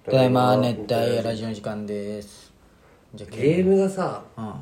ただいま熱帯夜ラジオの時間です。 じゃゲームがさ、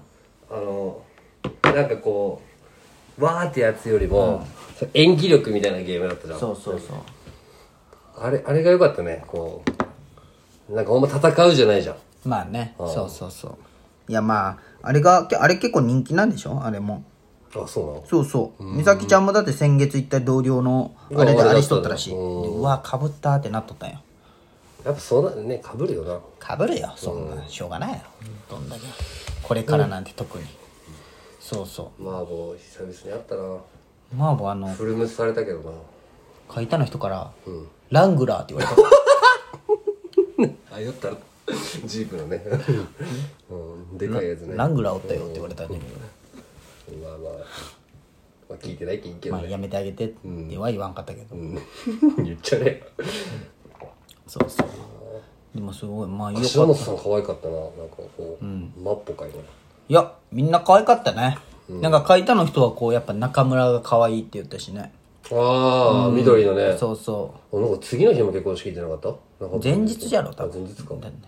なんかこうわーってやつよりも、演技力みたいなゲームだったじゃん。 そうそうそう。 あれが良かったね。こうなんかほんま戦うじゃないじゃん。 まあね、そうそうそう。いやまああれ結構人気なんでしょ、あれも。 あ、そうなの。 そうそう。美咲ちゃんもだって先月行った同僚のあれであれしとったらしい。うわかぶったってなっとったんよ。 やっぱそうだね、かぶるよな。 かぶるよ、そんな、しょうがないよ。どんだけこれからなんて特に、そうそう。 麻婆久々に会ったな。 まあフルムスされたけどな。 書いたの人から、ラングラーって言われた。 あ、酔ったらジープのね、でかいやつね。 ラングラーおったよって言われたんだけど、 まあ聞いてないけどね。 まあやめてあげてっては言わんかったけど、 言っちゃね。 そうそう。でもすごいまあよか柏った。 本さん可愛かったな。なんかこう、マッポかいな。 いやみんな可愛かったね、なんか書いたの人はこうやっぱ中村が可愛いって言ったしね。 ああ、緑のね。 そうそなんか次の日も結婚式行ってなかった？ う、前日じゃろ多分。 前日か。 だね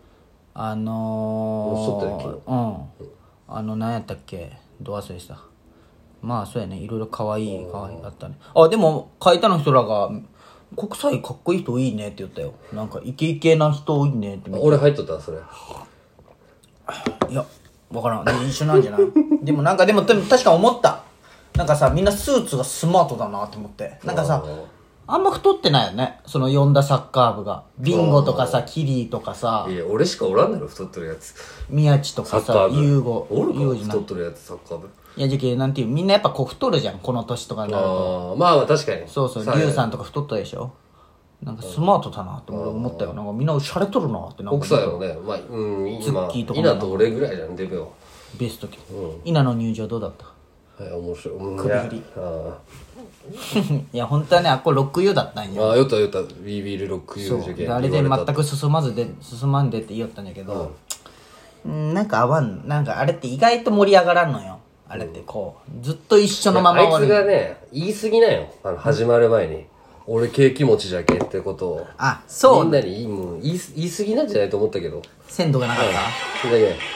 もうしとったよ何やったっけ、ど忘れした。まあそうやね、いろいろ可愛いあったね。あでも書いたの人らが国際かっこいい人いいねって言ったよ。なんかイケイケな人いいねって俺入っとったそれ。 いや分からん、一緒なんじゃないでもなんかでも確か思った。なんかさみんなスーツがスマートだなって思って、なんかさあんま太ってないよね、その呼んだサッカー部が。ビンゴとかさキリとかさ、 いや俺しかおらんだろ太っとるやつ。 宮地とかさユーゴおるかユージな太っとるやつサッカー部。 いやじゃけなんていうみんなやっぱこう太るじゃん、この年とかになると。 ああ、まあ確かに。 そうそう、リュウさんとか太ったでしょ。なんかスマートだなって俺思ったよ。なんかみんなシャレとるなって。なんか奥さんやろね。まあズッキーとかも稲と俺ぐらいじゃんデブよ。 ベスト級、稲の入場どうだった？ はい、面白い。 首振り。 あいや本当はね、あっこ6ユだったんよ。 あ、酔ったビールロックユーじゃけん。 あれで全く進まんでって言おったんだけど、なんか合わん。なんかあれって意外と盛り上がらんのよ。あれってこうずっと一緒のままあいつがね言い過ぎなよ。始まる前に俺ケーキ持ちじゃけってことをそうみんなにもう言い過ぎなんじゃないと思ったけど。 鮮度がなかった。 それだ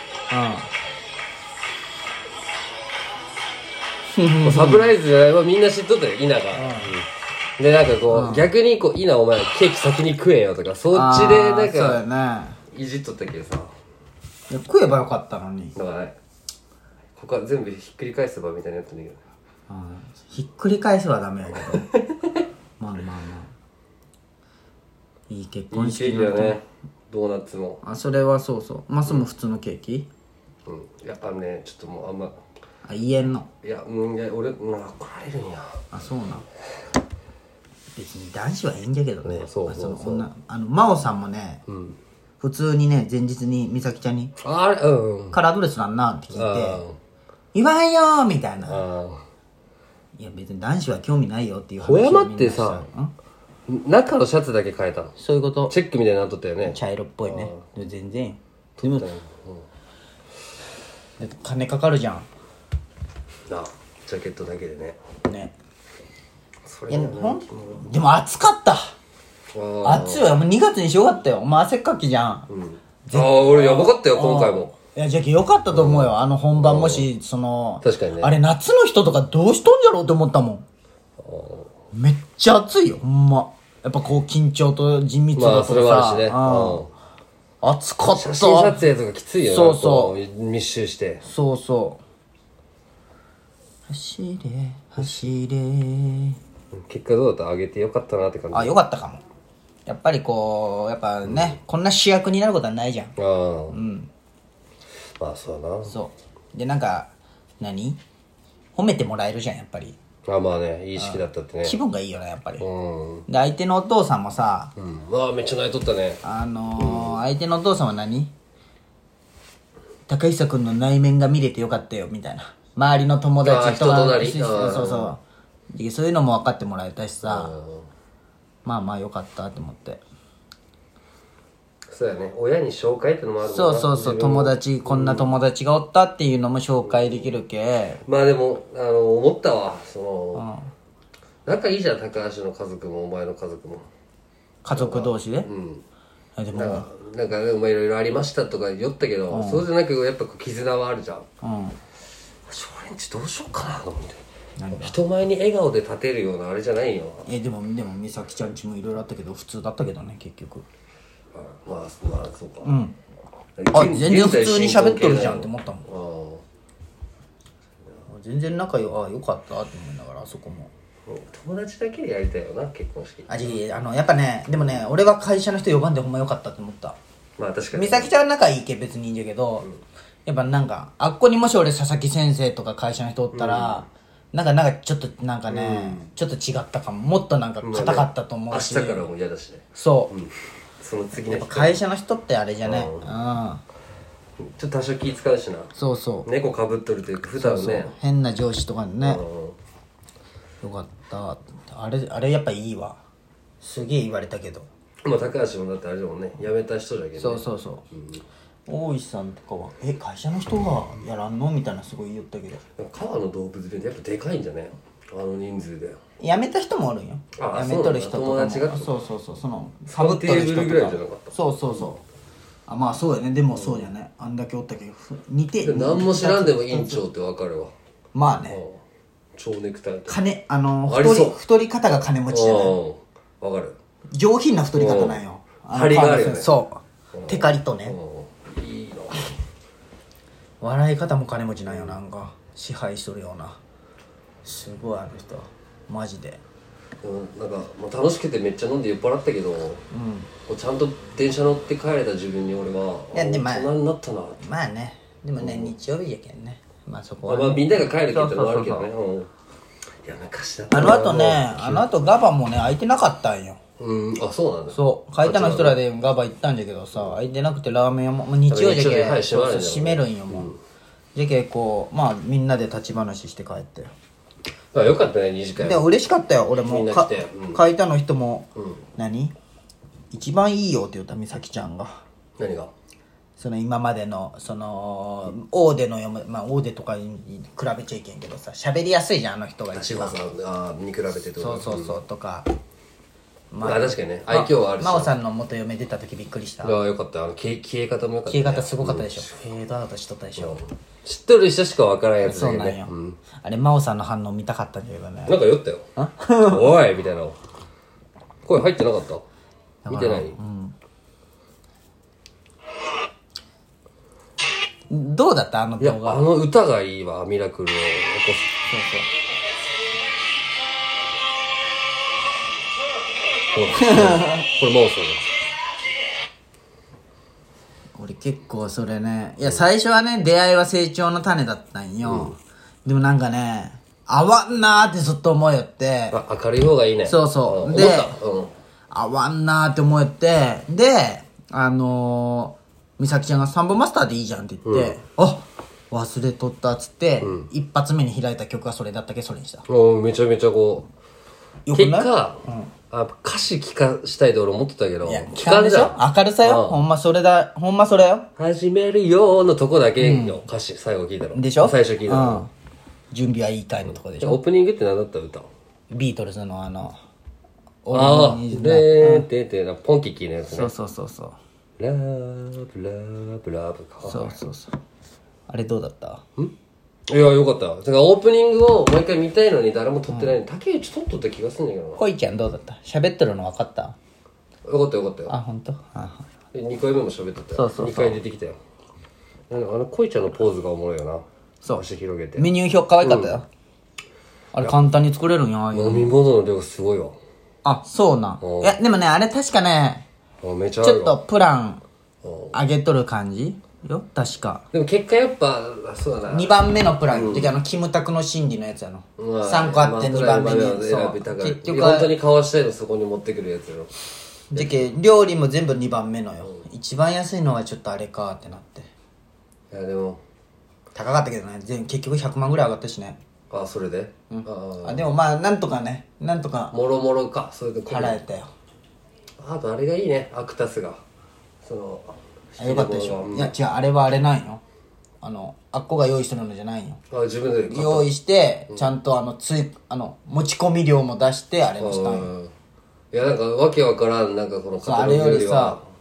けサプライズじゃない、まあみんな知っとったよ稲が。でなんかこう逆にこう稲お前ケーキ先に食えよとかそっちでなんそうやかね。 いじっとったけどさ。 いや食えばよかったのに。 だからねここは全部ひっくり返せばみたいなやつだけど、 ひっくり返せはダメやけどまあいい結婚式いいケーキだよね。ドーナツもそれはそうそう。マスも普通のケーキ？ いやねちょっともうあんま言えんの？ いや俺怒られるんや。 そうなん。別に男子はいいんじゃけどね。 そう真央さんもね、普通にね前日に美咲ちゃんにあれカラードレスなんなんって聞いて言わんよーみたいな。いや別に男子は興味ないよっていう話を小山ってさ中のシャツだけ変えたの。 そういうこと。 チェックみたいになっとったよね。 茶色っぽいね。全然でも金かかるじゃんなジャケットだけでね。それいやでも暑かった。暑いよ。もう2月にしよかったよ。汗っかきじゃん。 俺やばかったよ今回も。 いやじゃあよかったと思うよ。本番もし確かにねあれ夏の人とかどうしとんじゃろうって思ったもん。めっちゃ暑いよほんま。やっぱこう緊張と親密度とさ、 それもあるしね。 暑かった。 写真撮影とかきついよね。 そう密集して走れ走れ。 結果どうだった？上げてよかったなって感じ。 よかったかも。やっぱりやっぱね、こんな主役になることはないじゃん。 まあそうだな。 そうでなんか褒めてもらえるじゃんやっぱり。 まあねいい式だったってね。 気分がいいよねやっぱり。で相手のお父さんもさ、 めっちゃ泣いとったね。 相手のお父さんは高久くんの内面が見れてよかったよみたいな。周りの友達とかそういうのも分かってもらえたしさ、まあよかったって思って。 そうやね、親に紹介ってのもあるもんな。 そう友達、こんな友達がおったっていうのも紹介できるけ。 まあでも思ったわ。仲いいじゃん高橋の家族もお前の家族も。 家族同士で。 でもなんかね、お前いろいろありましたとか言ったけど、そうじゃなくやっぱ絆はあるじゃん。少年ちどうしようかなと思って。人前に笑顔で立てるようなあれじゃないよ。 でも美咲ちゃんちもいろいろあったけど普通だったけどね結局。 まあそうか。 全然普通に喋っとるじゃんって思ったもん。全然仲良かったって思いながらあそこも。 友達だけでやりたいよな結婚式。 やっぱねでもね俺は会社の人呼ばんでほんまよかったって思った。 まあ確かに。 美咲ちゃん仲いいけ別にいいんじゃけど、やっぱなんかあっこにもし俺佐々木先生とか会社の人おったら、なんかちょっとなんかね、ちょっと違ったかも。もっとなんか硬かったと思うし、 明日からも嫌だしね。 そう、 その次の日会社の人ってあれじゃね、 ちょっと多少気使うしな。 そう猫かぶっとるというか普段ね、 変な上司とかにね、よかったあれやっぱいいわ。すげえ言われたけど。 まあ高橋もだってあれだもんね、辞めた人だけどね。 そう大石さんとかは会社の人がやらんのみたいなすごい言ったけど、 川の動物園ってやっぱでかいんじゃね、あの人数で。 辞めた人もおるんよ。辞めとる人とかも。 友達がそうそのサブテーブルぐらいじゃなかった。 そうまあそうやね。でもそうやね、あんだけおったけど似て何も知らんでも院長ってわかるわ。 まあね、 蝶ネクタイと太り方が金持ちじゃない。 わかる。 上品な太り方なんよ。 張りがあるよね。 そうテカリとね、 いいな。 笑い方も金持ちなんよ。なんか支配しとるような、すごいあの人マジで。 なんか、まあ、楽しくてめっちゃ飲んで酔っ払ったけど、ちゃんと電車乗って帰れた自分に俺は大人になったなって。 まあね、でもね、日曜日やけんね、まあそこはね、 まあみんなが帰るって言ったのもあるけどね。いや昔だったあの後ガバもね開いてなかったんよ。 あ、そうなんだ。 そう書いたの人らでガバ行ったんだけどさ、開いてなくてラーメン屋も日曜じゃけ閉めるんよもう。じゃけこうまあみんなで立ち話して帰ってよかったね、2時間。 で嬉しかったよ俺も。書いたの人も何一番いいよって言った美咲ちゃんが。 何が？ その今までのその大手のまあ大手とかに比べちゃいけんけどさ、喋りやすいじゃんあの人が一番。 に比べてとか。 そうとか。 まあ確かにね、愛嬌はあるし。 真央さんの元嫁出た時びっくりした。 よかった。消え方もよかった。 消え方すごかったでしょ。フェードアウトしとったでしょ。 知っとる人しか分からんやつだけどね。そうなんよ。あれ真央さんの反応見たかったんだけどね。 なんか酔ったよ。おいみたいな。声入ってなかった？見てない？ どうだったあの動画？いや、 あの歌がいいわ、ミラクルを起こす。これマオさん。 俺結構それね、いや最初はね出会いは成長の種だったんよ。でもなんかね合わんなーってずっと思いよって。 明るい方がいいね。 そうで合わんなーって思いよって、で美咲ちゃんがサンボマスターでいいじゃんって言って、忘れとったっつって、一発目に開いた曲がそれだったけどそれにした。 めちゃめちゃこう結果、歌詞聞かしたいと俺思ってたけど、 聞かんでしょ。明るさよ。ほんまそれよ。 始めるよーのとこだけの歌詞、最後聞いたのでしょ。 最初聞いたの、 準備はいいかいのとこでしょ。 オープニングって何だった歌？ ビートルズのレーってってポンキッキーのやつね。 そうラブラブラブか。 そうあれどうだった？ いやよかった。だからオープニングをもう一回見たいのに誰も撮ってないの。竹内撮っとった気がするんだけどな。 恋ちゃんどうだった？喋ってるの分かった？ よかったよ。 あ、本当？ 2回目も喋っとったよ。2回出てきたよ。恋ちゃんのポーズがおもろいよな。そう足広げてメニュー表可愛かったよ。あれ簡単に作れるんや。 飲み物の量すごいわ。 あ、そうなん。いやでもねあれ確かねめちゃちょっとプラン上げとる感じよ確か。 でも結果やっぱそうだな、 2番目のプラン、キムタクの心理のやつやの、3個あって2番目に、 そう結局本当にかわしたいのそこに持ってくるやつよ。 じゃけ料理も全部2番目のよ、一番安いのはちょっとあれかってなって。 いやでも高かったけどね、結局100万ぐらい上がったしね。 それで、 でもまあなんとかもろもろかそれで払えたよ。 あとあれがいいね、アクタスがよかったでしょ。いや違う、あれはあれないよ、あっこが用意してるのじゃないよ。 自分で用意してちゃんと持ち込み量も出してあれをしたんよ。 いやなんかわけわからん、なんかこのあれよりさ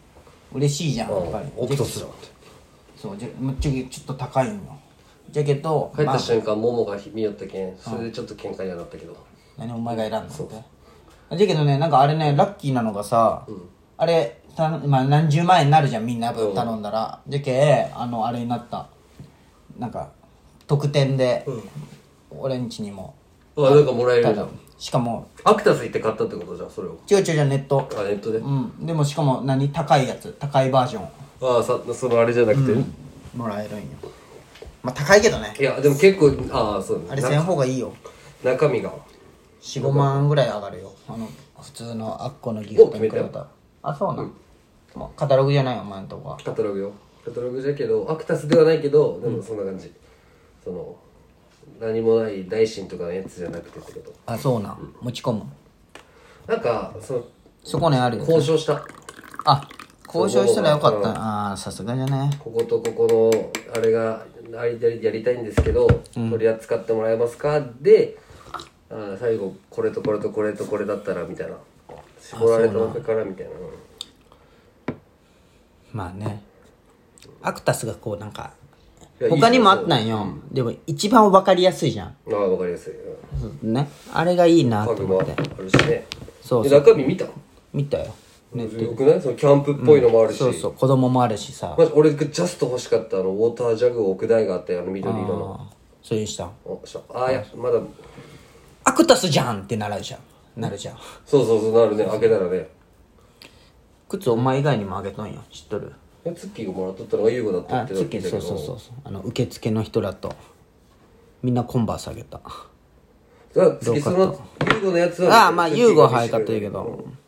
嬉しいじゃんやっぱり。 オクタスだってそうちょっと高いんよ。じゃけど入った瞬間モモが見よったけん、それでちょっと喧嘩にはなったけど、 何お前が選んだのってじゃけどね、なんかあれねラッキーなのがさ、あれまあ何十万円になるじゃんみんな分頼んだら、じゃけあれになった、なんか特典で、俺んちにもなんかもらえるじゃん。 しかもアクタス行って買ったってことじゃん、それを。 違うネット。 ネットで。 でもしかも高いやつ、高いバージョン。 そのあれじゃなくて、 もらえるんよ。まあ高いけどね。 いやでも結構そうあれせん方がいいよ。 中身が 4、5万ぐらい上がるよ。普通のアッコのギフトに比べたら。そうなの。カタログじゃないお前のとこは。 カタログよ。カタログじゃけどアクタスではないけど、でもそんな感じ。何もない大臣とかのやつじゃなくてってこと。 そうなん、持ち込む。 なんかそこにあるよ。 交渉した。 交渉したらよかった。さすがじゃね。 こことここのあれがやりたいんですけど、取り扱ってもらえますかで、最後これとこれとこれとこれだったらみたいな、絞られた中からみたいな。 まあね、アクタスがこうなんか他にもあったんよ。でも一番分かりやすいじゃん。 分かりやすいね。あれがいいなと思って。 家具もあるしね。 そう中身見た？ 見たよ。 よくない？そのキャンプっぽいのもあるし、 そう子供もあるしさ。 マジ俺がジャスト欲しかったウォータージャグ置く台があったよ、緑色の。 それにしたん。 いやまだアクタスじゃんってなるじゃん。 そうなるね。開けたらね。 靴お前以外にもあげとんよ。知っとる？ ツッキーがもらっとったのが優吾だったってツッキー、そう受付の人らとみんなコンバースあげた。 次その優吾のやつはまあ優吾は早かったけど、